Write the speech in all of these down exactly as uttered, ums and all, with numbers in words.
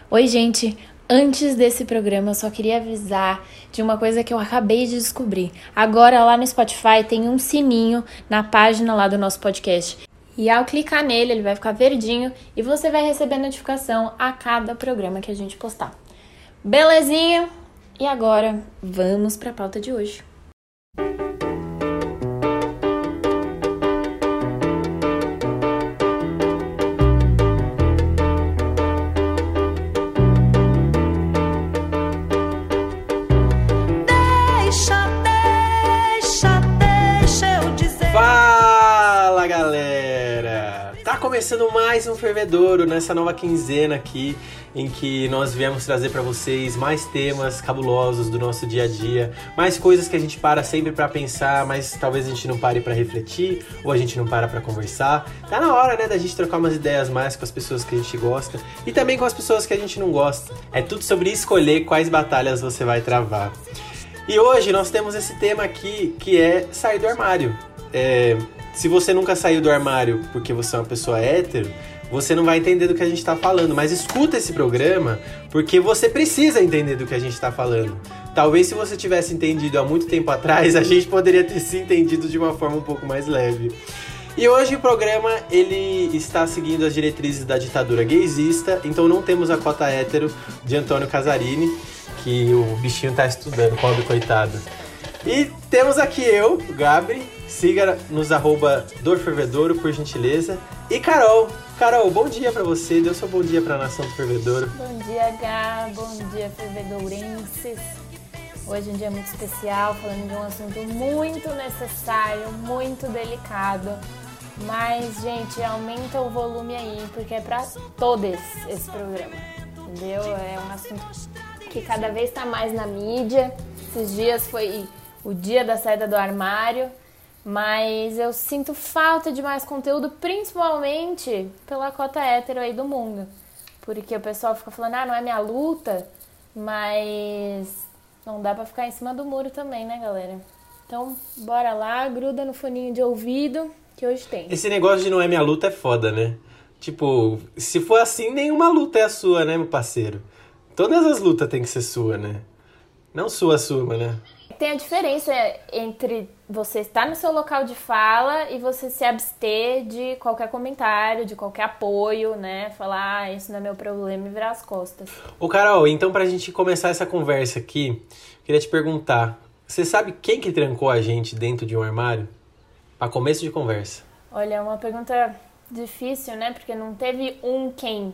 Oi, gente! Antes desse programa, eu só queria avisar de uma coisa que eu acabei de descobrir. Agora, lá no Spotify, tem um sininho na página lá do nosso podcast. E ao clicar nele, ele vai ficar verdinho e você vai receber notificação a cada programa que a gente postar. Belezinha? E agora, vamos para a pauta de hoje. Começando mais um Fervedouro nessa nova quinzena aqui, em que nós viemos trazer para vocês mais temas cabulosos do nosso dia a dia, mais coisas que a gente para sempre para pensar, mas talvez a gente não pare para refletir, ou a gente não para para conversar. Tá na hora, né, da gente trocar umas ideias mais com as pessoas que a gente gosta e também com as pessoas que a gente não gosta. É tudo sobre escolher quais batalhas você vai travar. E hoje nós temos esse tema aqui, que é sair do armário. É... Se você nunca saiu do armário porque você é uma pessoa hétero, você não vai entender do que a gente está falando. Mas escuta esse programa porque você precisa entender do que a gente está falando. Talvez se você tivesse entendido há muito tempo atrás, a gente poderia ter se entendido de uma forma um pouco mais leve. E hoje o programa ele está seguindo as diretrizes da ditadura gaysista, então não temos a cota hétero de Antônio Casarini, que o bichinho está estudando, pobre coitado. E temos aqui eu, o Gabri, siga nos arroba Dorfervedouro, por gentileza. E Carol, Carol, bom dia pra você, dê o seu bom dia pra nação do Fervedouro. Bom dia, Gá, bom dia, fervedourenses. Hoje é um dia muito especial, falando de um assunto muito necessário, muito delicado. Mas, gente, aumenta o volume aí, porque é pra todos esse programa, entendeu? É um assunto que cada vez tá mais na mídia. Esses dias foi o dia da saída do armário, mas eu sinto falta de mais conteúdo, principalmente pela cota hétero aí do mundo. Porque o pessoal fica falando, ah, não é minha luta, mas não dá pra ficar em cima do muro também, né, galera? Então, bora lá, gruda no foninho de ouvido, que hoje tem. Esse negócio de não é minha luta é foda, né? Tipo, se for assim, nenhuma luta é a sua, né, meu parceiro? Todas as lutas tem que ser sua, né? Não sua, sua, né? Tem a diferença entre você estar no seu local de fala e você se abster de qualquer comentário, de qualquer apoio, né? Falar, ah, isso não é meu problema e virar as costas. Ô, Carol, então pra gente começar essa conversa aqui, queria te perguntar, você sabe quem que trancou a gente dentro de um armário? Pra começo de conversa. Olha, é uma pergunta difícil, né? Porque não teve um quem,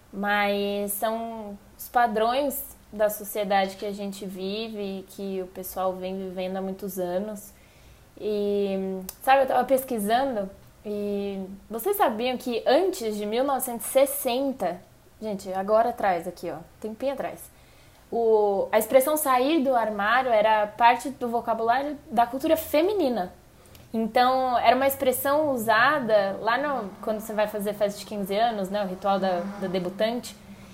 mas são os padrões da sociedade que a gente vive, que o pessoal vem vivendo há muitos anos. E, sabe, eu tava pesquisando e vocês sabiam que antes de mil novecentos e sessenta, gente, agora atrás aqui, ó, tempinho atrás, o, a expressão sair do armário era parte do vocabulário da cultura feminina. Então, era uma expressão usada lá no, quando você vai fazer festa de quinze anos, né, o ritual da, da debutante.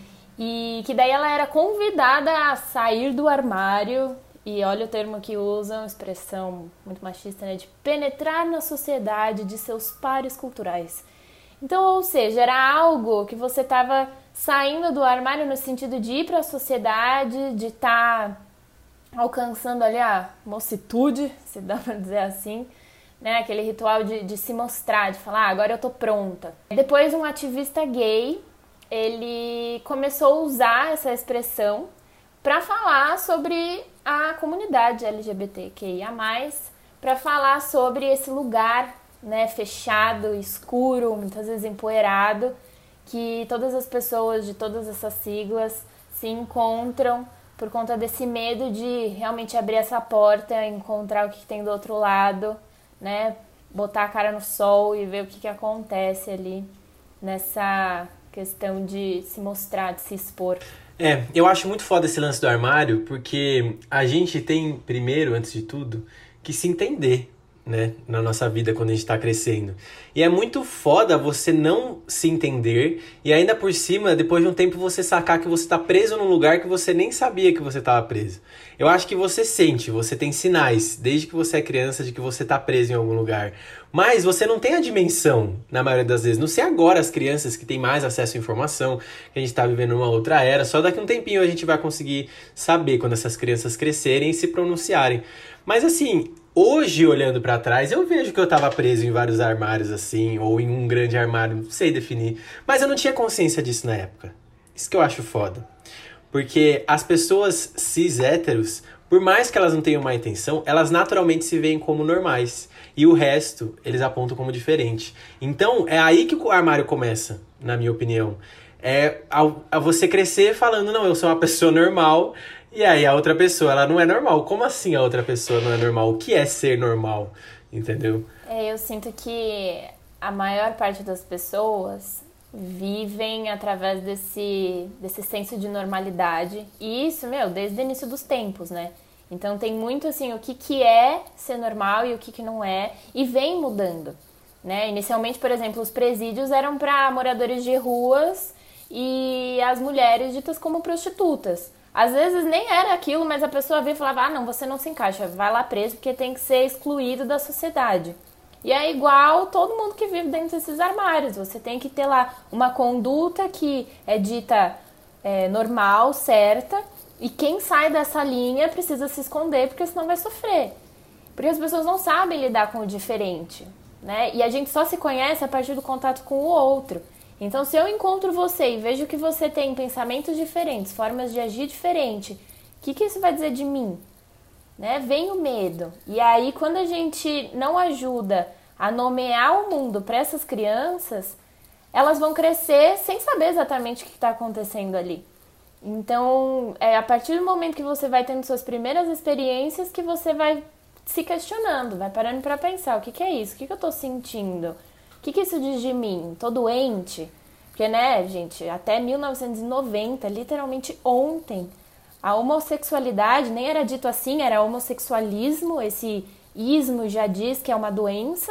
E que daí ela era convidada a sair do armário, e olha o termo que usam, expressão muito machista, né? De penetrar na sociedade de seus pares culturais. Então, ou seja, era algo que você estava saindo do armário no sentido de ir para a sociedade, de estar tá alcançando ali a mocitude, se dá para dizer assim, né? Aquele ritual de, de se mostrar, de falar, ah, agora eu tô pronta. Depois um ativista gay, ele começou a usar essa expressão para falar sobre a comunidade L G B T Q I A mais, para falar sobre esse lugar, né, fechado, escuro, muitas vezes empoeirado, que todas as pessoas de todas essas siglas se encontram por conta desse medo de realmente abrir essa porta, encontrar o que tem do outro lado, né, botar a cara no sol e ver o que, que acontece ali nessa questão de se mostrar, de se expor. É, eu acho muito foda esse lance do armário, porque a gente tem, primeiro, antes de tudo, que se entender. né, na nossa vida quando a gente tá crescendo. E é muito foda você não se entender e ainda por cima, depois de um tempo, você sacar que você tá preso num lugar que você nem sabia que você tava preso. Eu acho que você sente, você tem sinais, desde que você é criança, de que você tá preso em algum lugar. Mas você não tem a dimensão, na maioria das vezes. Não sei agora as crianças que têm mais acesso à informação, que a gente tá vivendo numa outra era. Só daqui a um tempinho a gente vai conseguir saber quando essas crianças crescerem e se pronunciarem. Mas assim, hoje, olhando pra trás, eu vejo que eu tava preso em vários armários, assim, ou em um grande armário, não sei definir. Mas eu não tinha consciência disso na época. Isso que eu acho foda. Porque as pessoas cis héteros, por mais que elas não tenham má intenção, elas naturalmente se veem como normais. E o resto, eles apontam como diferente. Então, é aí que o armário começa, na minha opinião. É a você crescer falando, não, eu sou uma pessoa normal. E aí a outra pessoa, ela não é normal. Como assim a outra pessoa não é normal? O que é ser normal? Entendeu? É, eu sinto que a maior parte das pessoas vivem através desse, desse senso de normalidade. E isso, meu, desde o início dos tempos, né? Então tem muito assim, o que, que é ser normal e o que, que não é. E vem mudando, né? Inicialmente, por exemplo, os presídios eram para moradores de ruas e as mulheres ditas como prostitutas. Às vezes nem era aquilo, mas a pessoa via e falava, ah, não, você não se encaixa, vai lá preso porque tem que ser excluído da sociedade. E é igual todo mundo que vive dentro desses armários. Você tem que ter lá uma conduta que é dita é, normal, certa, e quem sai dessa linha precisa se esconder porque senão vai sofrer. Porque as pessoas não sabem lidar com o diferente, né? E a gente só se conhece a partir do contato com o outro. Então, se eu encontro você e vejo que você tem pensamentos diferentes, formas de agir diferente, o que, que isso vai dizer de mim? Né? Vem o medo. E aí, quando a gente não ajuda a nomear o mundo para essas crianças, elas vão crescer sem saber exatamente o que está acontecendo ali. Então, é a partir do momento que você vai tendo suas primeiras experiências que você vai se questionando, vai parando para pensar, o que, que é isso? O que, que eu estou sentindo? O que, que isso diz de mim? Tô doente? Porque, né, gente, até mil novecentos e noventa, literalmente ontem, a homossexualidade nem era dito assim, era homossexualismo, esse ismo já diz que é uma doença,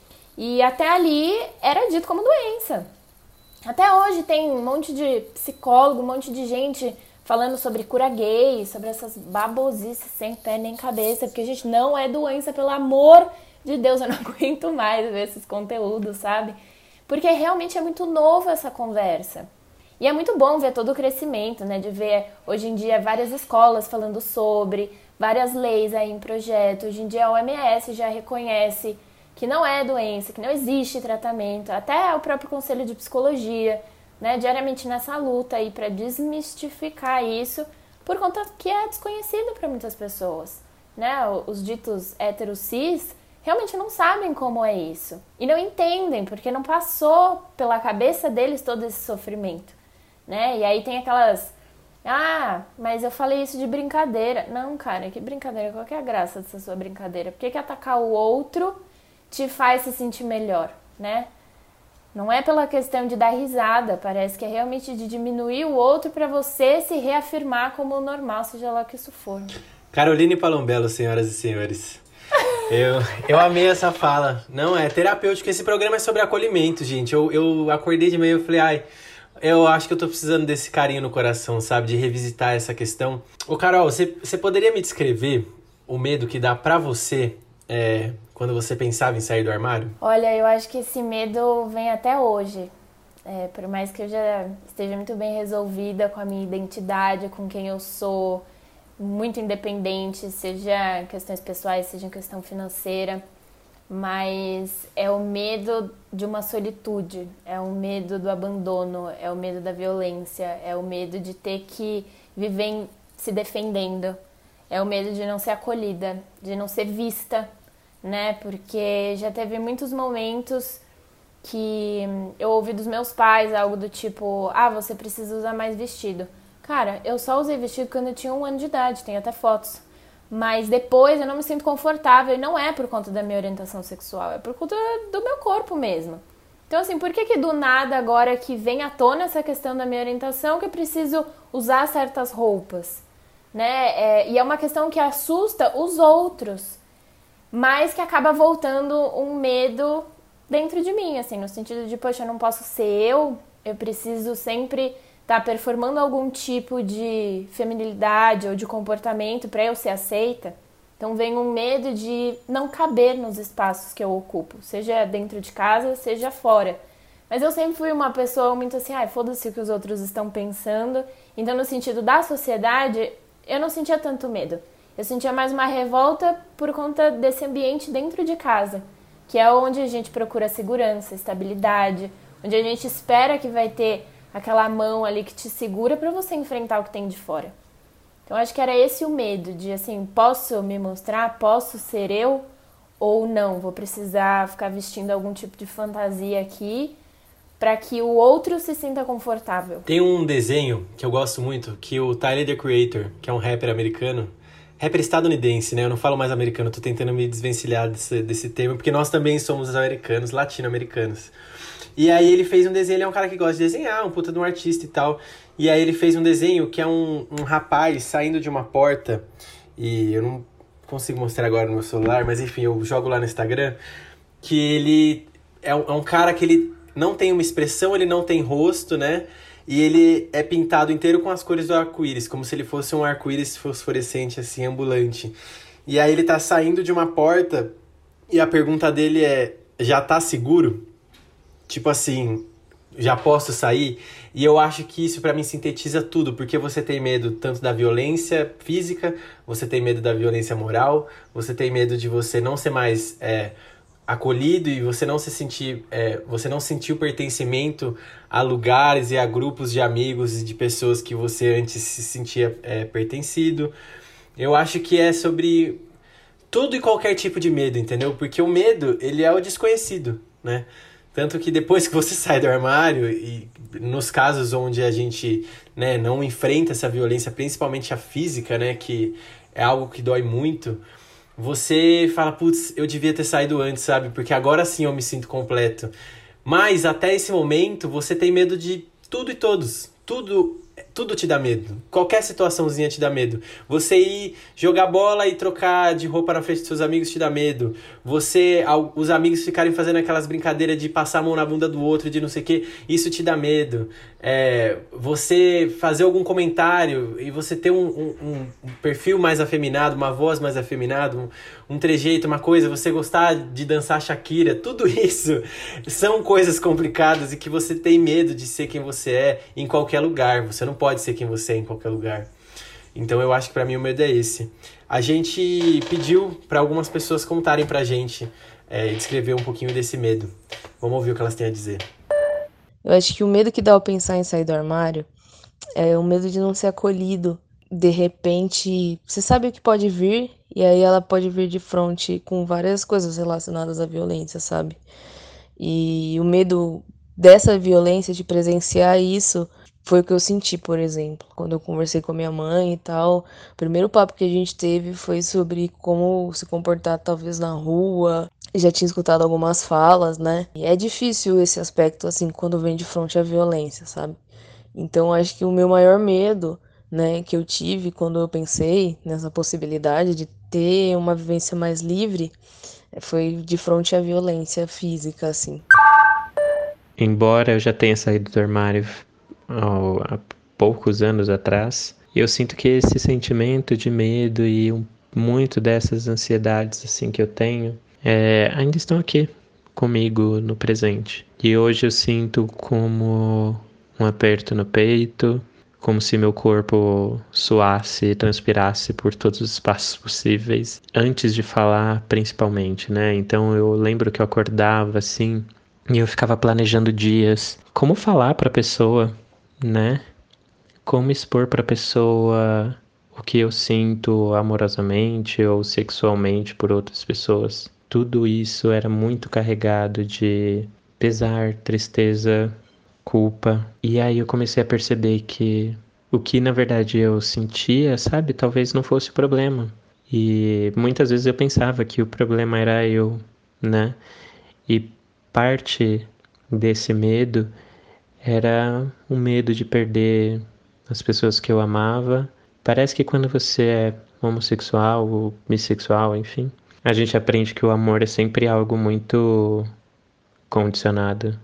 e até ali era dito como doença. Até hoje tem um monte de psicólogo, um monte de gente falando sobre cura gay, sobre essas babosices sem pé nem cabeça, porque a gente não é doença, pelo amor de Deus, eu não aguento mais ver esses conteúdos, sabe? Porque realmente é muito novo essa conversa. E é muito bom ver todo o crescimento, né? De ver hoje em dia várias escolas falando sobre, várias leis aí em projeto. Hoje em dia a O M S já reconhece que não é doença, que não existe tratamento. Até o próprio Conselho de Psicologia, né? Diariamente nessa luta aí para desmistificar isso, por conta que é desconhecido para muitas pessoas, né? Os ditos héteros cis realmente não sabem como é isso. E não entendem, porque não passou pela cabeça deles todo esse sofrimento, né? E aí tem aquelas... Ah, mas eu falei isso de brincadeira. Não, cara, que brincadeira? Qual que é a graça dessa sua brincadeira? Por que que atacar o outro te faz se sentir melhor, né? Não é pela questão de dar risada. Parece que é realmente de diminuir o outro pra você se reafirmar como normal, seja lá o que isso for. Caroline Palombello, senhoras e senhores. Eu, eu amei essa fala. Não, é terapêutico. Esse programa é sobre acolhimento, gente. Eu, eu acordei de manhã e falei, ai, eu acho que eu tô precisando desse carinho no coração, sabe? De revisitar essa questão. Ô, Carol, você, você poderia me descrever o medo que dá pra você é, quando você pensava em sair do armário? Olha, eu acho que esse medo vem até hoje. É, por mais que eu já esteja muito bem resolvida com a minha identidade, com quem eu sou, muito independente, seja em questões pessoais, seja em questão financeira, mas é o medo de uma solitude, é o medo do abandono, é o medo da violência, é o medo de ter que viver se defendendo, é o medo de não ser acolhida, de não ser vista, né? Porque já teve muitos momentos que eu ouvi dos meus pais algo do tipo, ah, você precisa usar mais vestido. Cara, eu só usei vestido quando eu tinha um ano de idade, tem até fotos. Mas depois eu não me sinto confortável e não é por conta da minha orientação sexual, é por conta do meu corpo mesmo. Então assim, por que que do nada agora que vem à tona essa questão da minha orientação que eu preciso usar certas roupas? Né? É, e é uma questão que assusta os outros. mas que acaba voltando um medo dentro de mim, assim, no sentido de, poxa, eu não posso ser eu, eu preciso sempre estar performando algum tipo de feminilidade ou de comportamento para eu ser aceita. Então vem um medo de não caber nos espaços que eu ocupo, seja dentro de casa, seja fora. Mas eu sempre fui uma pessoa muito assim, ai, foda-se o que os outros estão pensando. Então, no sentido da sociedade, eu não sentia tanto medo. Eu sentia mais uma revolta por conta desse ambiente dentro de casa, que é onde a gente procura segurança, estabilidade, onde a gente espera que vai ter aquela mão ali que te segura para você enfrentar o que tem de fora. Então, acho que era esse o medo de, assim, posso me mostrar, posso ser eu ou não? Vou precisar ficar vestindo algum tipo de fantasia aqui para que o outro se sinta confortável. Tem um desenho que eu gosto muito, que o Tyler, The Creator, que é um rapper americano, rapper estadunidense, né? Eu não falo mais americano, tô tentando me desvencilhar desse, desse termo, porque nós também somos americanos, latino-americanos. E aí ele fez um desenho, ele é um cara que gosta de desenhar, um puta de um artista e tal. E aí ele fez um desenho que é um, um rapaz saindo de uma porta, e eu não consigo mostrar agora no meu celular, mas enfim, eu jogo lá no Instagram, que ele é um, é um cara que ele não tem uma expressão, ele não tem rosto, né? E ele é pintado inteiro com as cores do arco-íris, como se ele fosse um arco-íris fosforescente, assim, ambulante. E aí ele tá saindo de uma porta e a pergunta dele é, já tá seguro? Tipo assim, já posso sair? E eu acho que isso pra mim sintetiza tudo, porque você tem medo tanto da violência física, você tem medo da violência moral, você tem medo de você não ser mais é, acolhido e você não se sentir, é, você não sentir o pertencimento a lugares e a grupos de amigos e de pessoas que você antes se sentia é, pertencido. Eu acho que é sobre tudo e qualquer tipo de medo, entendeu? Porque o medo, ele é o desconhecido, né? Tanto que depois que você sai do armário, e nos casos onde a gente, né, não enfrenta essa violência, principalmente a física, né, que é algo que dói muito, você fala, putz, eu devia ter saído antes, sabe? Porque agora sim eu me sinto completo. Mas até esse momento você tem medo de tudo e todos. Tudo, tudo te dá medo. Qualquer situaçãozinha te dá medo. Você ir jogar bola e trocar de roupa na frente dos seus amigos te dá medo. Você, os amigos ficarem fazendo aquelas brincadeiras de passar a mão na bunda do outro, de não sei o que, isso te dá medo. É, você fazer algum comentário e você ter um, um, um perfil mais afeminado, uma voz mais afeminada, um, um trejeito, uma coisa, você gostar de dançar Shakira, tudo isso são coisas complicadas e que você tem medo de ser quem você é em qualquer lugar. Você não pode ser quem você é em qualquer lugar. Então eu acho que pra mim o medo é esse. A gente pediu pra algumas pessoas contarem pra gente é, e descrever um pouquinho desse medo. Vamos ouvir o que elas têm a dizer. Eu acho que o medo que dá ao pensar em sair do armário é o medo de não ser acolhido. De repente, você sabe o que pode vir, e aí ela pode vir de frente com várias coisas relacionadas à violência, sabe? E o medo dessa violência, de presenciar isso, foi o que eu senti, por exemplo. Quando eu conversei com a minha mãe e tal, o primeiro papo que a gente teve foi sobre como se comportar talvez na rua. Já tinha escutado algumas falas, né? E é difícil esse aspecto, assim, quando vem de frente à violência, sabe? Então, acho que o meu maior medo, né, que eu tive quando eu pensei nessa possibilidade de ter uma vivência mais livre, foi de frente à violência física, assim. Embora eu já tenha saído do armário há poucos anos atrás, eu sinto que esse sentimento de medo e um, muito dessas ansiedades assim que eu tenho é, ainda estão aqui comigo no presente. E hoje eu sinto como um aperto no peito, como se meu corpo suasse e transpirasse por todos os espaços possíveis, antes de falar principalmente, né? Então eu lembro que eu acordava assim e eu ficava planejando dias, como falar para a pessoa, né? Como expor para a pessoa o que eu sinto amorosamente ou sexualmente por outras pessoas. Tudo isso era muito carregado de pesar, tristeza, culpa. E aí eu comecei a perceber que o que na verdade eu sentia, sabe, talvez não fosse o problema. E muitas vezes eu pensava que o problema era eu, né? E parte desse medo era o medo de perder as pessoas que eu amava. Parece que quando você é homossexual ou bissexual, enfim, A gente aprende que o amor é sempre algo muito condicionado.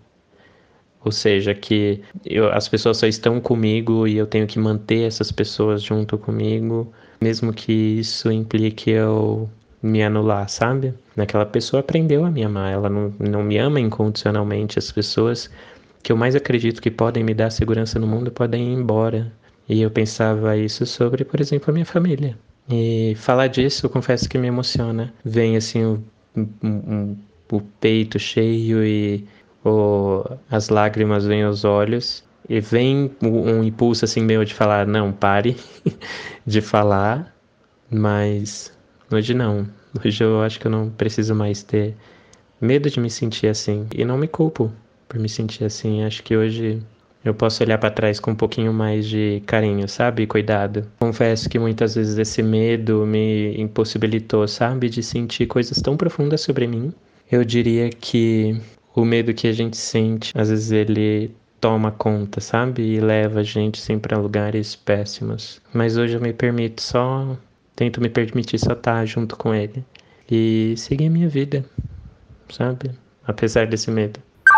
Ou seja, que eu, as pessoas só estão comigo e eu tenho que manter essas pessoas junto comigo, mesmo que isso implique eu me anular, sabe? Aquela pessoa aprendeu a me amar, ela não, não me ama incondicionalmente. As pessoas que eu mais acredito que podem me dar segurança no mundo podem ir embora. E eu pensava isso sobre, por exemplo, a minha família. E falar disso, eu confesso que me emociona. Vem assim o, um, um, o peito cheio e o, as lágrimas vêm aos olhos. E vem um, um impulso assim meu de falar, não, pare de falar. Mas hoje não. Hoje eu acho que eu não preciso mais ter medo de me sentir assim. E não me culpo por me sentir assim. Acho que hoje eu posso olhar para trás com um pouquinho mais de carinho, sabe? Cuidado. Confesso que muitas vezes esse medo me impossibilitou, sabe? De sentir coisas tão profundas sobre mim. Eu diria que o medo que a gente sente, às vezes ele toma conta, sabe? E leva a gente sempre para lugares péssimos. Mas hoje eu me permito só... Tento me permitir só estar junto com ele. E seguir a minha vida, sabe? Apesar desse medo.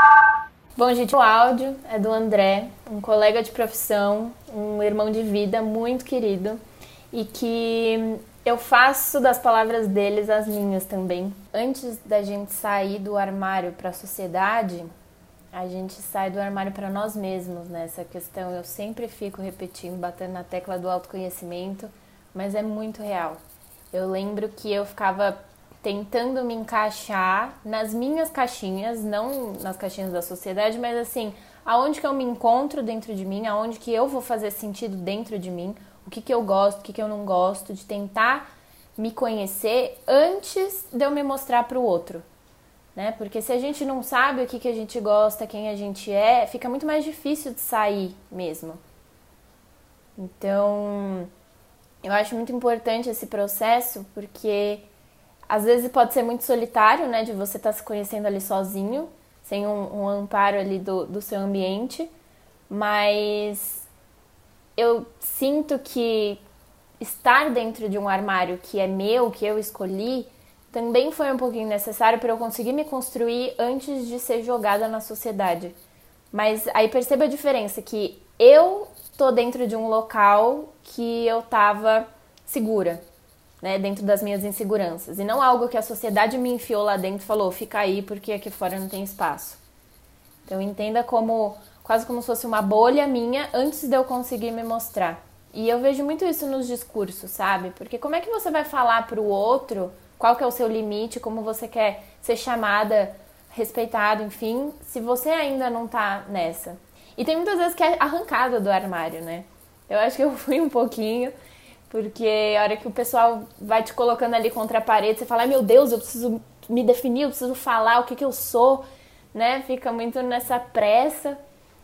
Bom, gente, o áudio é do André, um colega de profissão, um irmão de vida muito querido e que eu faço das palavras deles as minhas também. Antes da gente sair do armário para a sociedade, a gente sai do armário para nós mesmos, né? Essa questão eu sempre fico repetindo, batendo na tecla do autoconhecimento, mas é muito real. Eu lembro que eu ficava tentando me encaixar nas minhas caixinhas, não nas caixinhas da sociedade, mas assim, aonde que eu me encontro dentro de mim, aonde que eu vou fazer sentido dentro de mim, o que que eu gosto, o que que eu não gosto, de tentar me conhecer antes de eu me mostrar para o outro, né? Porque se a gente não sabe o que que a gente gosta, quem a gente é, fica muito mais difícil de sair mesmo. Então, eu acho muito importante esse processo, porque às vezes pode ser muito solitário, né, de você estar se conhecendo ali sozinho, sem um, um amparo ali do, do seu ambiente, mas eu sinto que estar dentro de um armário que é meu, que eu escolhi, também foi um pouquinho necessário para eu conseguir me construir antes de ser jogada na sociedade. Mas aí perceba a diferença, que eu tô dentro de um local que eu tava segura, né, dentro das minhas inseguranças, e não algo que a sociedade me enfiou lá dentro e falou, fica aí porque aqui fora não tem espaço. Então entenda como, quase como se fosse uma bolha minha antes de eu conseguir me mostrar. E eu vejo muito isso nos discursos, sabe? Porque como é que você vai falar pro outro qual que é o seu limite, como você quer ser chamada, respeitado, enfim, se você ainda não tá nessa. E tem muitas vezes que é arrancado do armário, né? Eu acho que eu fui um pouquinho... Porque a hora que o pessoal vai te colocando ali contra a parede, você fala, ai meu Deus, eu preciso me definir, eu preciso falar o que, que eu sou, né? Fica muito nessa pressa.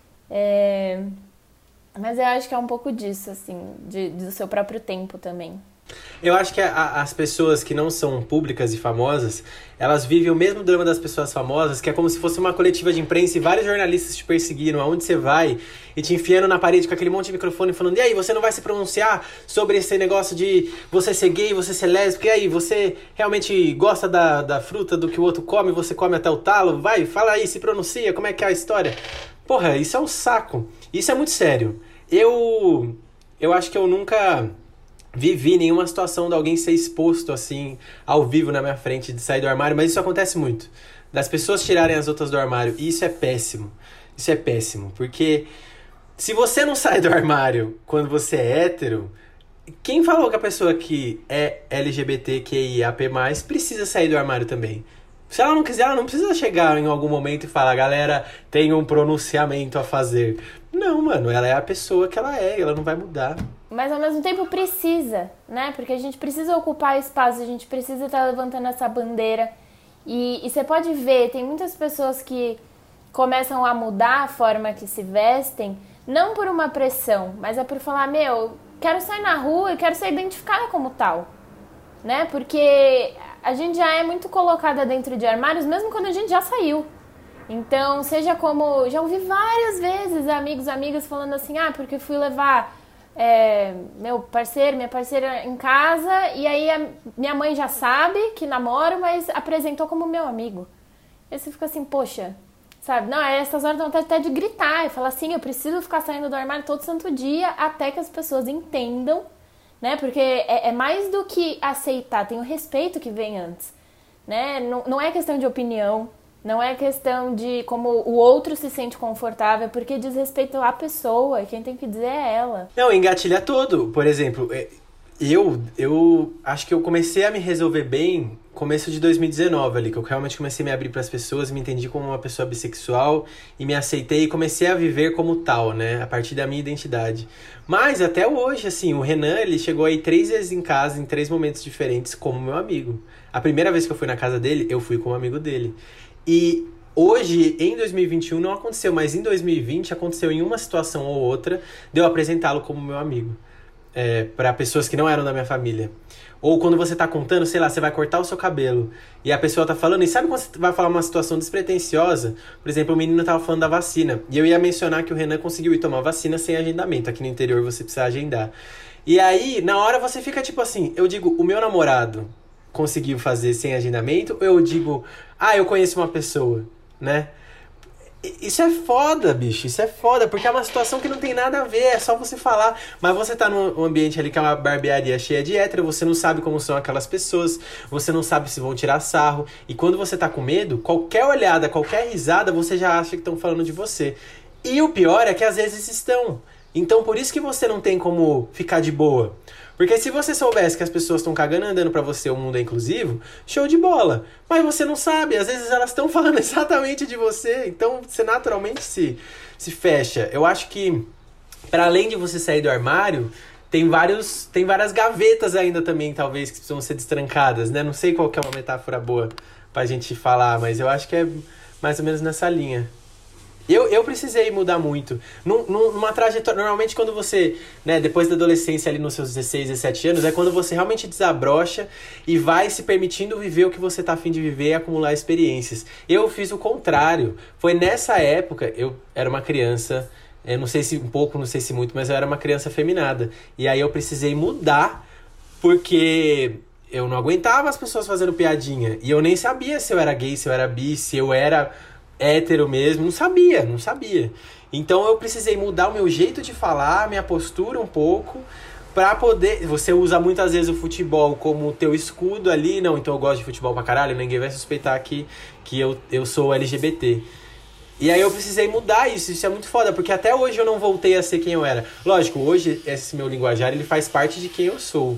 É... Mas eu acho que é um pouco disso, assim, de, do seu próprio tempo também. Eu acho que a, as pessoas que não são públicas e famosas, elas vivem o mesmo drama das pessoas famosas, que é como se fosse uma coletiva de imprensa e vários jornalistas te perseguiram aonde você vai e te enfiando na parede com aquele monte de microfone falando, e aí, você não vai se pronunciar sobre esse negócio de você ser gay, você ser lésbica, e aí, você realmente gosta da, da fruta do que o outro come, você come até o talo, vai, fala aí, se pronuncia, como é que é a história? Porra, isso é um saco, isso é muito sério. Eu, eu acho que eu nunca... vivi nenhuma situação de alguém ser exposto assim, ao vivo na minha frente, de sair do armário, mas isso acontece muito. Das pessoas tirarem as outras do armário, e isso é péssimo. Isso é péssimo, porque se você não sai do armário quando você é hétero, quem falou que a pessoa que é L G B T Q I A P mais, precisa sair do armário também? Se ela não quiser, ela não precisa chegar em algum momento e falar, galera, tem um pronunciamento a fazer. Não, mano, ela é a pessoa que ela é, ela não vai mudar. Mas ao mesmo tempo precisa, né? Porque a gente precisa ocupar espaço, a gente precisa estar levantando essa bandeira. E, e você pode ver, tem muitas pessoas que começam a mudar a forma que se vestem, não por uma pressão, mas é por falar, meu, quero sair na rua e quero ser identificada como tal, né? Porque a gente já é muito colocada dentro de armários, mesmo quando a gente já saiu. Então, seja como... Já ouvi várias vezes amigos, amigas falando assim, ah, porque fui levar... é, meu parceiro, minha parceira em casa, e aí a minha mãe já sabe que namoro, mas apresentou como meu amigo. E você fica assim, poxa, sabe? Não, essas horas dá vontade até de gritar e falar assim, eu preciso ficar saindo do armário todo santo dia até que as pessoas entendam, né? Porque é, é mais do que aceitar, tem o respeito que vem antes, né? Não, não é questão de opinião, não é questão de como o outro se sente confortável, porque diz respeito à pessoa, e quem tem que dizer é ela. Não, engatilha todo. Por exemplo, eu, eu acho que eu comecei a me resolver bem começo de dois mil e dezenove ali, que eu realmente comecei a me abrir para as pessoas, me entendi como uma pessoa bissexual e me aceitei e comecei a viver como tal, né, a partir da minha identidade. Mas até hoje, assim, o Renan, ele chegou aí três vezes em casa, em três momentos diferentes, como meu amigo. A primeira vez que eu fui na casa dele, eu fui como amigo dele. E hoje, em dois mil e vinte e um, não aconteceu, mas em dois mil e vinte aconteceu em uma situação ou outra de eu apresentá-lo como meu amigo. É, para pessoas que não eram da minha família. Ou quando você tá contando, sei lá, você vai cortar o seu cabelo e a pessoa tá falando, e sabe quando você vai falar uma situação despretensiosa? Por exemplo, o menino tava falando da vacina, e eu ia mencionar que o Renan conseguiu ir tomar vacina sem agendamento. Aqui no interior você precisa agendar. E aí, na hora você fica tipo assim, eu digo, o meu namorado conseguiu fazer sem agendamento, ou eu digo, ah, eu conheço uma pessoa, né? Isso é foda, bicho, isso é foda, porque é uma situação que não tem nada a ver, é só você falar, mas você tá num ambiente ali que é uma barbearia cheia de hétero, você não sabe como são aquelas pessoas, você não sabe se vão tirar sarro, e quando você tá com medo, qualquer olhada, qualquer risada, você já acha que estão falando de você. E o pior é que às vezes estão, então por isso que você não tem como ficar de boa. Porque se você soubesse que as pessoas estão cagando andando pra você, o mundo é inclusivo, show de bola. Mas você não sabe, às vezes elas estão falando exatamente de você, então você naturalmente se, se fecha. Eu acho que, para além de você sair do armário, tem, vários, tem várias gavetas ainda também, talvez, que precisam ser destrancadas, né? Não sei qual que é uma metáfora boa pra gente falar, mas eu acho que é mais ou menos nessa linha. Eu, eu precisei mudar muito. Num, numa trajetória... Normalmente quando você, né, depois da adolescência ali nos seus dezesseis, dezessete anos, é quando você realmente desabrocha e vai se permitindo viver o que você tá a fim de viver e acumular experiências. Eu fiz o contrário. Foi nessa época, eu era uma criança, eu não sei se um pouco, não sei se muito, mas eu era uma criança afeminada. E aí eu precisei mudar porque eu não aguentava as pessoas fazendo piadinha. E eu nem sabia se eu era gay, se eu era bi, se eu era hétero mesmo, não sabia, não sabia. Então eu precisei mudar o meu jeito de falar, minha postura um pouco, pra poder... Você usa muitas vezes o futebol como teu escudo ali, não, então eu gosto de futebol pra caralho, ninguém vai suspeitar que, que eu, eu sou L G B T. E aí eu precisei mudar isso, isso é muito foda, porque até hoje eu não voltei a ser quem eu era. Lógico, hoje esse meu linguajar, ele faz parte de quem eu sou.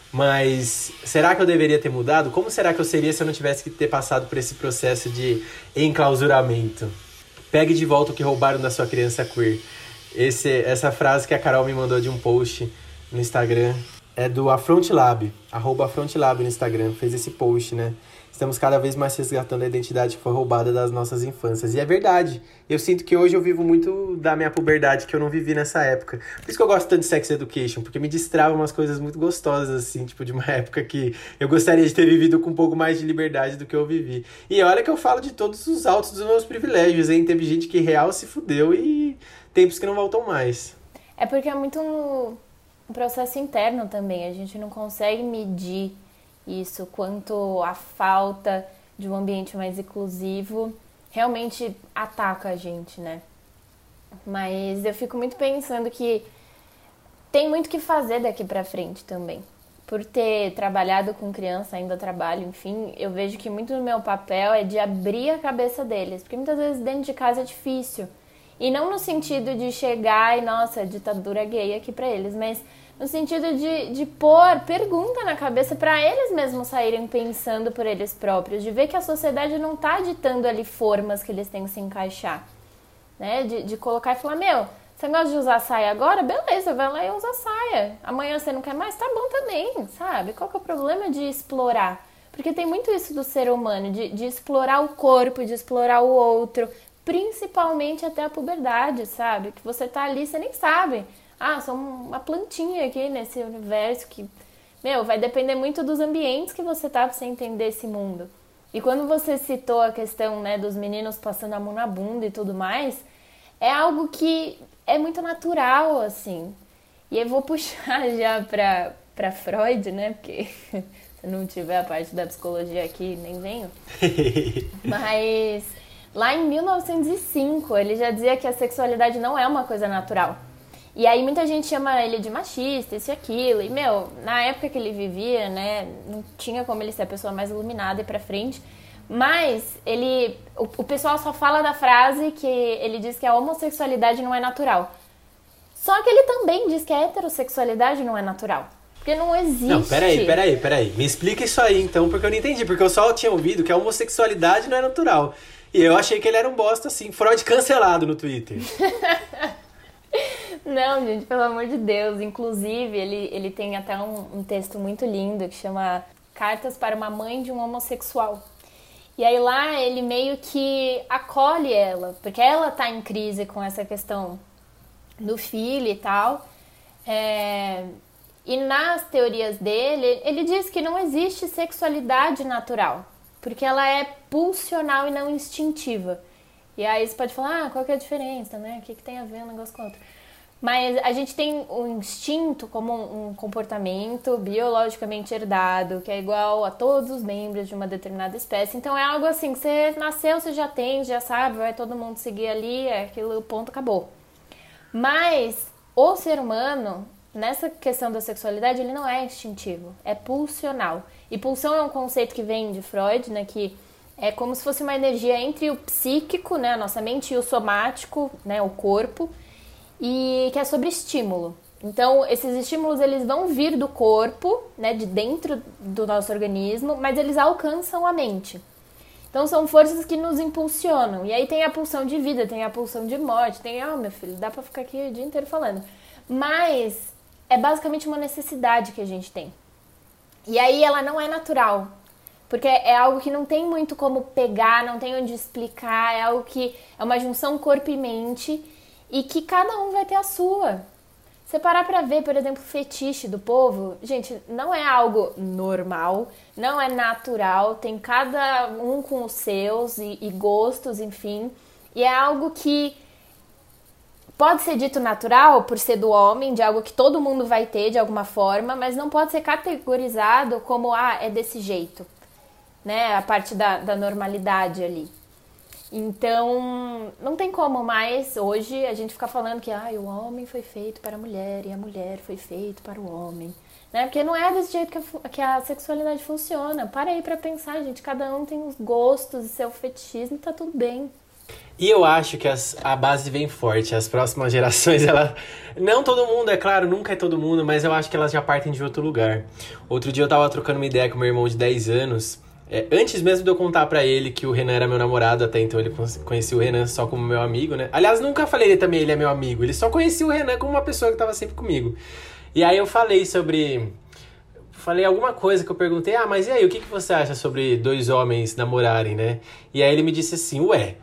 Mas será que eu deveria ter mudado? Como será que eu seria se eu não tivesse que ter passado por esse processo de enclausuramento? Pegue de volta o que roubaram da sua criança queer. Esse, essa frase que a Carol me mandou de um post no Instagram é do Afrontlab, arroba Afrontlab no Instagram, fez esse post, né? Estamos cada vez mais resgatando a identidade que foi roubada das nossas infâncias. E é verdade. Eu sinto que hoje eu vivo muito da minha puberdade que eu não vivi nessa época. Por isso que eu gosto tanto de Sex Education, porque me destrava umas coisas muito gostosas, assim, tipo, de uma época que eu gostaria de ter vivido com um pouco mais de liberdade do que eu vivi. E olha que eu falo de todos os altos dos meus privilégios, hein? Teve gente que real se fudeu e tempos que não voltam mais. É porque é muito um processo interno também. A gente não consegue medir isso, quanto a falta de um ambiente mais inclusivo realmente ataca a gente, né? Mas eu fico muito pensando que tem muito que fazer daqui pra frente também. Por ter trabalhado com criança, ainda trabalho, enfim, eu vejo que muito do meu papel é de abrir a cabeça deles, porque muitas vezes dentro de casa é difícil. E não no sentido de chegar e, nossa, ditadura gay aqui pra eles, mas no sentido de, de pôr pergunta na cabeça para eles mesmos saírem pensando por eles próprios, de ver que a sociedade não tá ditando ali formas que eles têm que se encaixar, né? De, de colocar e falar, meu, você gosta de usar saia agora? Beleza, vai lá e usa saia. Amanhã você não quer mais? Tá bom também, sabe? Qual que é o problema de explorar? Porque tem muito isso do ser humano, de, de explorar o corpo, de explorar o outro, principalmente até a puberdade, sabe? Que você tá ali, você nem sabe. Ah, sou uma plantinha aqui nesse universo que, meu, vai depender muito dos ambientes que você tá pra você entender esse mundo. E quando você citou a questão, né, dos meninos passando a mão na bunda e tudo mais, é algo que é muito natural, assim. E eu vou puxar já pra, pra Freud, né? Porque se não tiver a parte da psicologia aqui, nem venho. Mas lá em mil novecentos e cinco, ele já dizia que a sexualidade não é uma coisa natural. E aí muita gente chama ele de machista, isso e aquilo. E, meu, na época que ele vivia, né, não tinha como ele ser a pessoa mais iluminada e pra frente. Mas ele, o, o pessoal só fala da frase que ele diz que a homossexualidade não é natural. Só que ele também diz que a heterossexualidade não é natural. Porque não existe. Não, peraí, peraí, peraí. Me explica isso aí, então, porque eu não entendi. Porque eu só tinha ouvido que a homossexualidade não é natural. E eu achei que ele era um bosta, assim. Freud cancelado no Twitter. Não, gente, pelo amor de Deus. Inclusive, ele, ele tem até um, um texto muito lindo que chama Cartas para uma Mãe de um Homossexual. E aí lá ele meio que acolhe ela, porque ela tá em crise com essa questão do filho e tal. É... E nas teorias dele, ele diz que não existe sexualidade natural, porque ela é pulsional e não instintiva. E aí você pode falar, ah, qual que é a diferença, né? O que, que tem a ver um negócio com o outro? Mas a gente tem o instinto como um comportamento biologicamente herdado, que é igual a todos os membros de uma determinada espécie. Então é algo assim, que você nasceu, você já tem, já sabe, vai todo mundo seguir ali, é aquilo, ponto, acabou. Mas o ser humano, nessa questão da sexualidade, ele não é instintivo, é pulsional. E pulsão é um conceito que vem de Freud, né, que é como se fosse uma energia entre o psíquico, né, a nossa mente, e o somático, né, o corpo, e que é sobre estímulo. Então, esses estímulos, eles vão vir do corpo, né, de dentro do nosso organismo, mas eles alcançam a mente. Então, são forças que nos impulsionam. E aí tem a pulsão de vida, tem a pulsão de morte, tem, ah, meu filho, dá pra ficar aqui o dia inteiro falando. Mas é basicamente uma necessidade que a gente tem. E aí ela não é natural, porque é algo que não tem muito como pegar, não tem onde explicar, é algo que é uma junção corpo e mente, e que cada um vai ter a sua. Você parar pra ver, por exemplo, o fetiche do povo, gente, não é algo normal, não é natural, tem cada um com os seus e, e gostos, enfim, e é algo que pode ser dito natural por ser do homem, de algo que todo mundo vai ter de alguma forma, mas não pode ser categorizado como, ah, é desse jeito, né, a parte da, da normalidade ali. Então, não tem como mais hoje a gente ficar falando que ah, o homem foi feito para a mulher e a mulher foi feita para o homem, né? Porque não é desse jeito que a, que a sexualidade funciona. Para aí pra pensar, gente. Cada um tem os gostos e seu fetichismo e tá tudo bem. E eu acho que as, a base vem forte. As próximas gerações, ela... Não todo mundo, é claro, nunca é todo mundo, mas eu acho que elas já partem de outro lugar. Outro dia eu tava trocando uma ideia com meu irmão de dez anos... É, antes mesmo de eu contar pra ele que o Renan era meu namorado, até então ele conhecia o Renan só como meu amigo, né? Aliás, nunca falei ele também, ele é meu amigo. Ele só conhecia o Renan como uma pessoa que tava sempre comigo. E aí eu falei sobre... Falei alguma coisa que eu perguntei, ah, mas e aí, o que, que você acha sobre dois homens namorarem, né? E aí ele me disse assim, ué,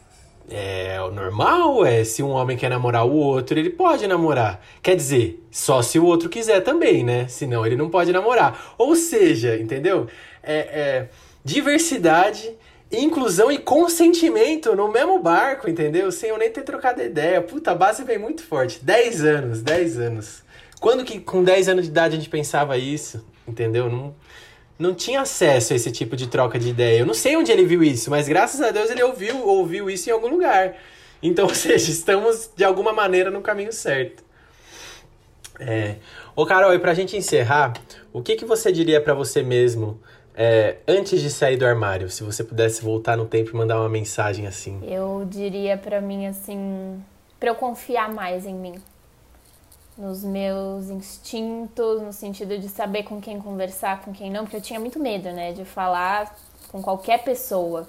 é o normal, ué, se um homem quer namorar o outro, ele pode namorar. Quer dizer, só se o outro quiser também, né? Senão ele não pode namorar. Ou seja, entendeu? É, é, diversidade, inclusão e consentimento no mesmo barco, entendeu? Sem eu nem ter trocado ideia. Puta, a base vem muito forte. dez anos, dez anos. Quando que com dez anos de idade a gente pensava isso, entendeu? Não, não tinha acesso a esse tipo de troca de ideia. Eu não sei onde ele viu isso, mas graças a Deus ele ouviu, ouviu isso em algum lugar. Então, ou seja, estamos de alguma maneira no caminho certo. É. Ô Carol, e pra gente encerrar, o que, que você diria pra você mesmo... É, antes de sair do armário, se você pudesse voltar no tempo e mandar uma mensagem assim? Eu diria pra mim assim, pra eu confiar mais em mim, nos meus instintos, no sentido de saber com quem conversar, com quem não, porque eu tinha muito medo, né, de falar com qualquer pessoa.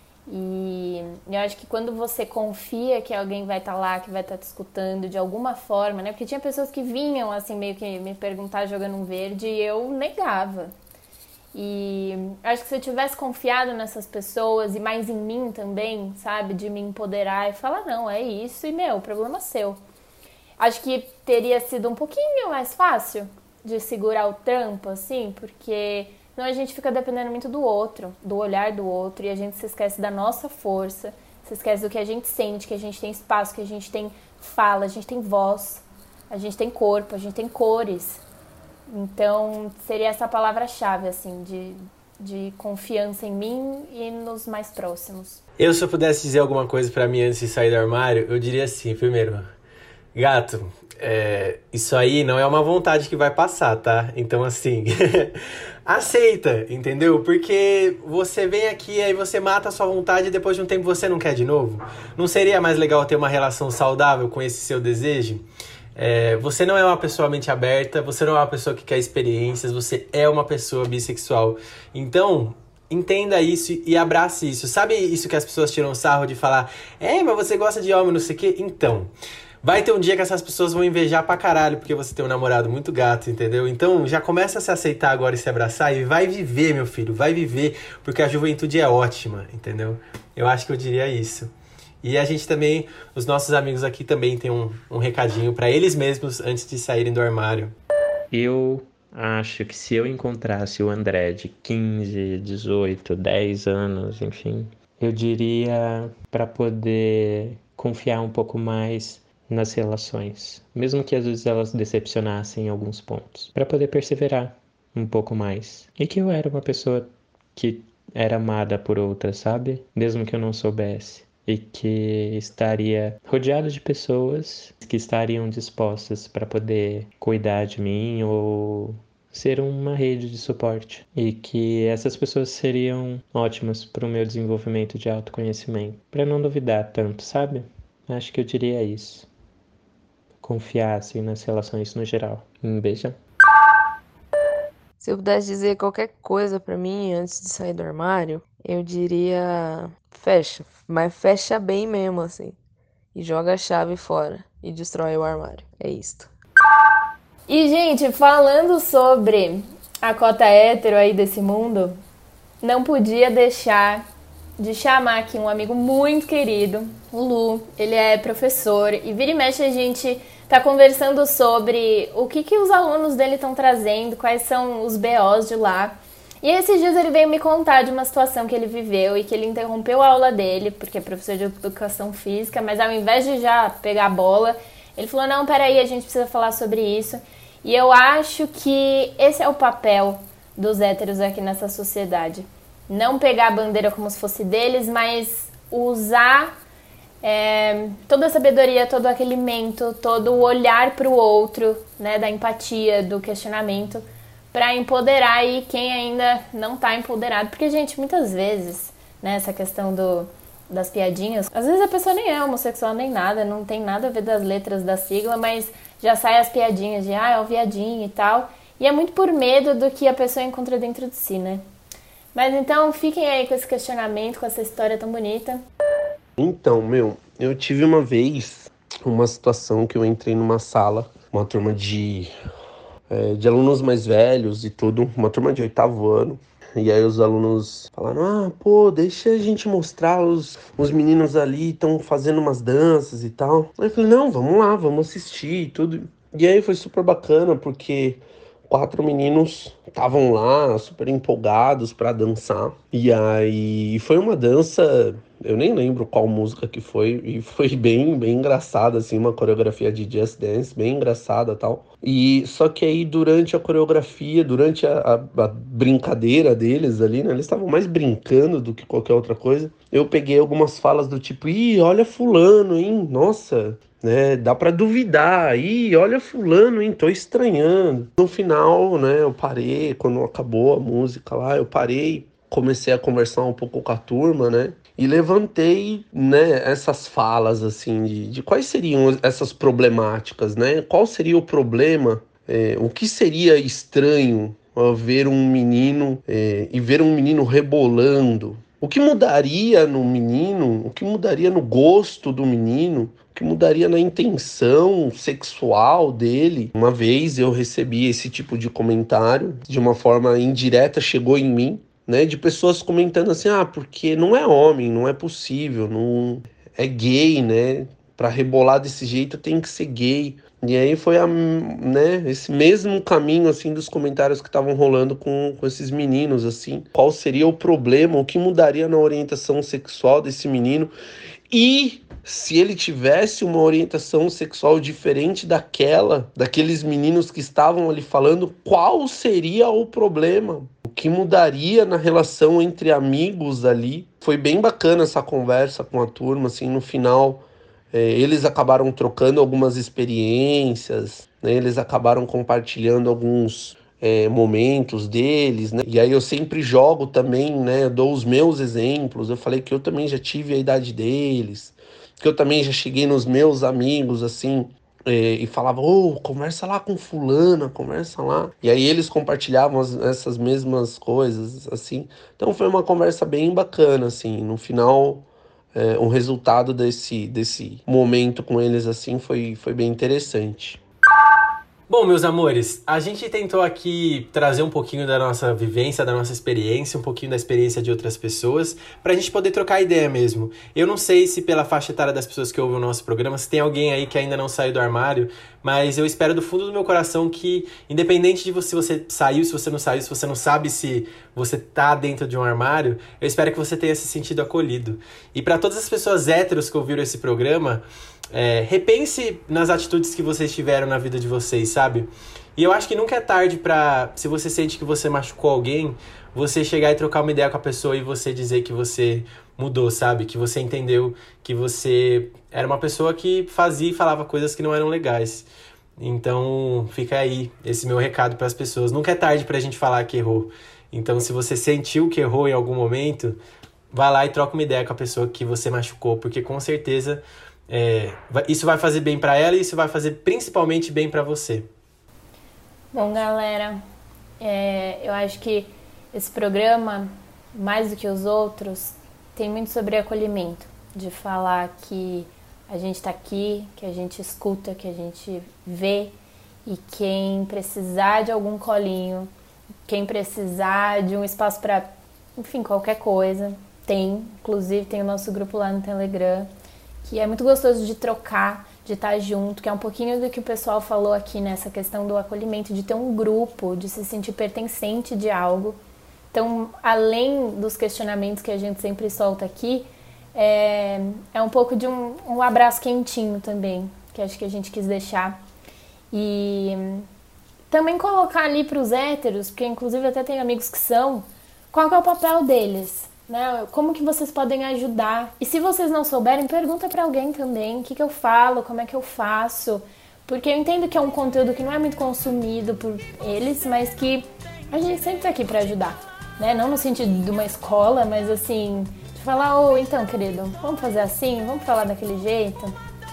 E eu acho que quando você confia que alguém vai estar lá, que vai estar te escutando de alguma forma, né, porque tinha pessoas que vinham assim meio que me perguntar jogando um verde e eu negava. E acho que se eu tivesse confiado nessas pessoas e mais em mim também, sabe, de me empoderar e falar, não, é isso e, meu, problema é seu. Acho que teria sido um pouquinho mais fácil de segurar o trampo, assim, porque senão a gente fica dependendo muito do outro, do olhar do outro, e a gente se esquece da nossa força, se esquece do que a gente sente, que a gente tem espaço, que a gente tem fala, a gente tem voz, a gente tem corpo, a gente tem cores. Então, seria essa palavra-chave, assim, de, de confiança em mim e nos mais próximos. Eu, se eu pudesse dizer alguma coisa pra mim antes de sair do armário, eu diria assim, primeiro, gato, é, isso aí não é uma vontade que vai passar, tá? Então, assim, aceita, entendeu? Porque você vem aqui, aí você mata a sua vontade e depois de um tempo você não quer de novo. Não seria mais legal ter uma relação saudável com esse seu desejo? É, você não é uma pessoa mente aberta, você não é uma pessoa que quer experiências, você é uma pessoa bissexual. Então, entenda isso e abrace isso. Sabe isso que as pessoas tiram sarro de falar, é, mas você gosta de homem, não sei o quê? Então, vai ter um dia que essas pessoas vão invejar pra caralho porque você tem um namorado muito gato, entendeu? Então, já começa a se aceitar agora e se abraçar e vai viver, meu filho, vai viver, porque a juventude é ótima, entendeu? Eu acho que eu diria isso. E a gente também, os nossos amigos aqui também tem um, um recadinho pra eles mesmos antes de saírem do armário. Eu acho que se eu encontrasse o André de quinze, dezoito, dez anos, enfim, eu diria para poder confiar um pouco mais nas relações, mesmo que às vezes elas decepcionassem em alguns pontos, para poder perseverar um pouco mais. E que eu era uma pessoa que era amada por outra, sabe? Mesmo que eu não soubesse. E que estaria rodeado de pessoas que estariam dispostas para poder cuidar de mim ou ser uma rede de suporte. E que essas pessoas seriam ótimas para o meu desenvolvimento de autoconhecimento. Para não duvidar tanto, sabe? Acho que eu diria isso. Confiar assim, nas relações no geral. Um beijão. Se eu pudesse dizer qualquer coisa pra mim antes de sair do armário, eu diria fecha, mas fecha bem mesmo, assim. E joga a chave fora e destrói o armário. É isto. E, gente, falando sobre a cota hétero aí desse mundo, não podia deixar de chamar aqui um amigo muito querido, o Lu. Ele é professor e vira e mexe a gente tá conversando sobre o que, que os alunos dele estão trazendo, quais são os B Os de lá. E esses dias ele veio me contar de uma situação que ele viveu e que ele interrompeu a aula dele, porque é professor de educação física, mas ao invés de já pegar a bola, ele falou, não, peraí, a gente precisa falar sobre isso. E eu acho que esse é o papel dos héteros aqui nessa sociedade. Não pegar a bandeira como se fosse deles, mas usar é, toda a sabedoria, todo o acolhimento, todo o olhar para o outro, né, da empatia, do questionamento, para empoderar aí quem ainda não está empoderado. Porque, gente, muitas vezes, né, essa questão do, das piadinhas, às vezes a pessoa nem é homossexual nem nada, não tem nada a ver das letras da sigla, mas já sai as piadinhas de, ah, é o viadinho e tal. E é muito por medo do que a pessoa encontra dentro de si, né? Mas então, fiquem aí com esse questionamento, com essa história tão bonita. Então, meu, eu tive uma vez uma situação que eu entrei numa sala, uma turma de, é, de alunos mais velhos e tudo, uma turma de oitavo ano. E aí os alunos falaram, ah, pô, deixa a gente mostrar, os, os meninos ali estão fazendo umas danças e tal. Aí eu falei, não, vamos lá, vamos assistir e tudo. E aí foi super bacana, porque quatro meninos estavam lá super empolgados para dançar. E aí foi uma dança, eu nem lembro qual música que foi, e foi bem, bem engraçada, assim, uma coreografia de Just Dance, bem engraçada e tal. E só que aí durante a coreografia, durante a, a, a brincadeira deles ali, né, eles estavam mais brincando do que qualquer outra coisa. Eu peguei algumas falas do tipo, ih, olha fulano, hein, nossa, né, dá pra duvidar, ih, olha fulano, hein, tô estranhando. No final, né, eu parei, quando acabou a música lá, eu parei, comecei a conversar um pouco com a turma, né, e levantei, né, essas falas, assim, de, de quais seriam essas problemáticas, né, qual seria o problema, é, o que seria estranho ao ver um menino, é, e ver um menino rebolando, o que mudaria no menino, o que mudaria no gosto do menino, o que mudaria na intenção sexual dele. Uma vez eu recebi esse tipo de comentário, de uma forma indireta, chegou em mim, né, de pessoas comentando assim, ah, porque não é homem, não é possível, não é gay, né, para rebolar desse jeito tem que ser gay. E aí foi a, né, esse mesmo caminho assim dos comentários que estavam rolando com, com esses meninos, assim, qual seria o problema, o que mudaria na orientação sexual desse menino. E se ele tivesse uma orientação sexual diferente daquela, daqueles meninos que estavam ali falando, qual seria o problema? O que mudaria na relação entre amigos ali? Foi bem bacana essa conversa com a turma, assim, no final é, eles acabaram trocando algumas experiências, né? Eles acabaram compartilhando alguns é, momentos deles, né? E aí eu sempre jogo também, né? Eu dou os meus exemplos, eu falei que eu também já tive a idade deles, que eu também já cheguei nos meus amigos, assim, é, e falava, ô, oh, conversa lá com fulana, conversa lá. E aí eles compartilhavam as, essas mesmas coisas, assim. Então foi uma conversa bem bacana, assim. No final, é, o resultado desse, desse momento com eles, assim, foi, foi bem interessante. Bom, meus amores, a gente tentou aqui trazer um pouquinho da nossa vivência, da nossa experiência, um pouquinho da experiência de outras pessoas, pra gente poder trocar ideia mesmo. Eu não sei se pela faixa etária das pessoas que ouvem o nosso programa, se tem alguém aí que ainda não saiu do armário, mas eu espero do fundo do meu coração que, independente de você, se você saiu, se você não saiu, se você não sabe se você tá dentro de um armário, eu espero que você tenha se sentido acolhido. E pra todas as pessoas héteros que ouviram esse programa, É, repense nas atitudes que vocês tiveram na vida de vocês, sabe? E eu acho que nunca é tarde pra, se você sente que você machucou alguém, você chegar e trocar uma ideia com a pessoa e você dizer que você mudou, sabe? Que você entendeu que você era uma pessoa que fazia e falava coisas que não eram legais. Então, fica aí esse meu recado pras pessoas. Nunca é tarde pra gente falar que errou. Então, se você sentiu que errou em algum momento, vai lá e troca uma ideia com a pessoa que você machucou, porque com certeza É, isso vai fazer bem pra ela e isso vai fazer principalmente bem pra você. Bom, galera, é, eu acho que esse programa, mais do que os outros, tem muito sobre acolhimento. De falar que a gente tá aqui, que a gente escuta, que a gente vê. E quem precisar de algum colinho, quem precisar de um espaço pra, enfim, qualquer coisa, tem. Inclusive tem o nosso grupo lá no Telegram, que é muito gostoso de trocar, de estar junto, que é um pouquinho do que o pessoal falou aqui nessa questão do acolhimento, de ter um grupo, de se sentir pertencente de algo. Então, além dos questionamentos que a gente sempre solta aqui, é, é um pouco de um, um abraço quentinho também, que acho que a gente quis deixar. E também colocar ali para os héteros, porque inclusive até tem amigos que são, qual que é o papel deles? Né? Como que vocês podem ajudar? E se vocês não souberem, pergunta pra alguém também. O que que eu falo? Como é que eu faço? Porque eu entendo que é um conteúdo que não é muito consumido por eles, mas que a gente sempre tá aqui pra ajudar, né? Não no sentido de uma escola, mas assim, de falar, ô, oh, então, querido, vamos fazer assim? Vamos falar daquele jeito?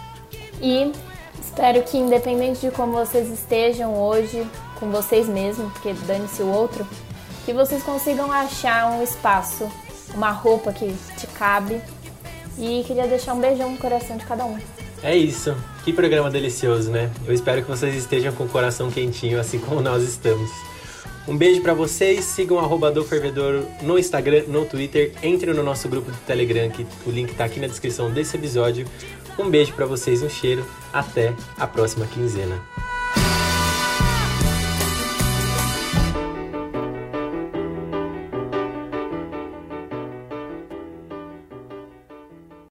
E espero que, independente de como vocês estejam hoje, com vocês mesmos, porque dane-se o outro, que vocês consigam achar um espaço, uma roupa que te cabe. E queria deixar um beijão no coração de cada um. É isso. Que programa delicioso, né? Eu espero que vocês estejam com o coração quentinho, assim como nós estamos. Um beijo pra vocês. Sigam arroba do Fervedouro no Instagram, no Twitter. Entrem no nosso grupo do Telegram, que o link tá aqui na descrição desse episódio. Um beijo pra vocês, um cheiro. Até a próxima quinzena.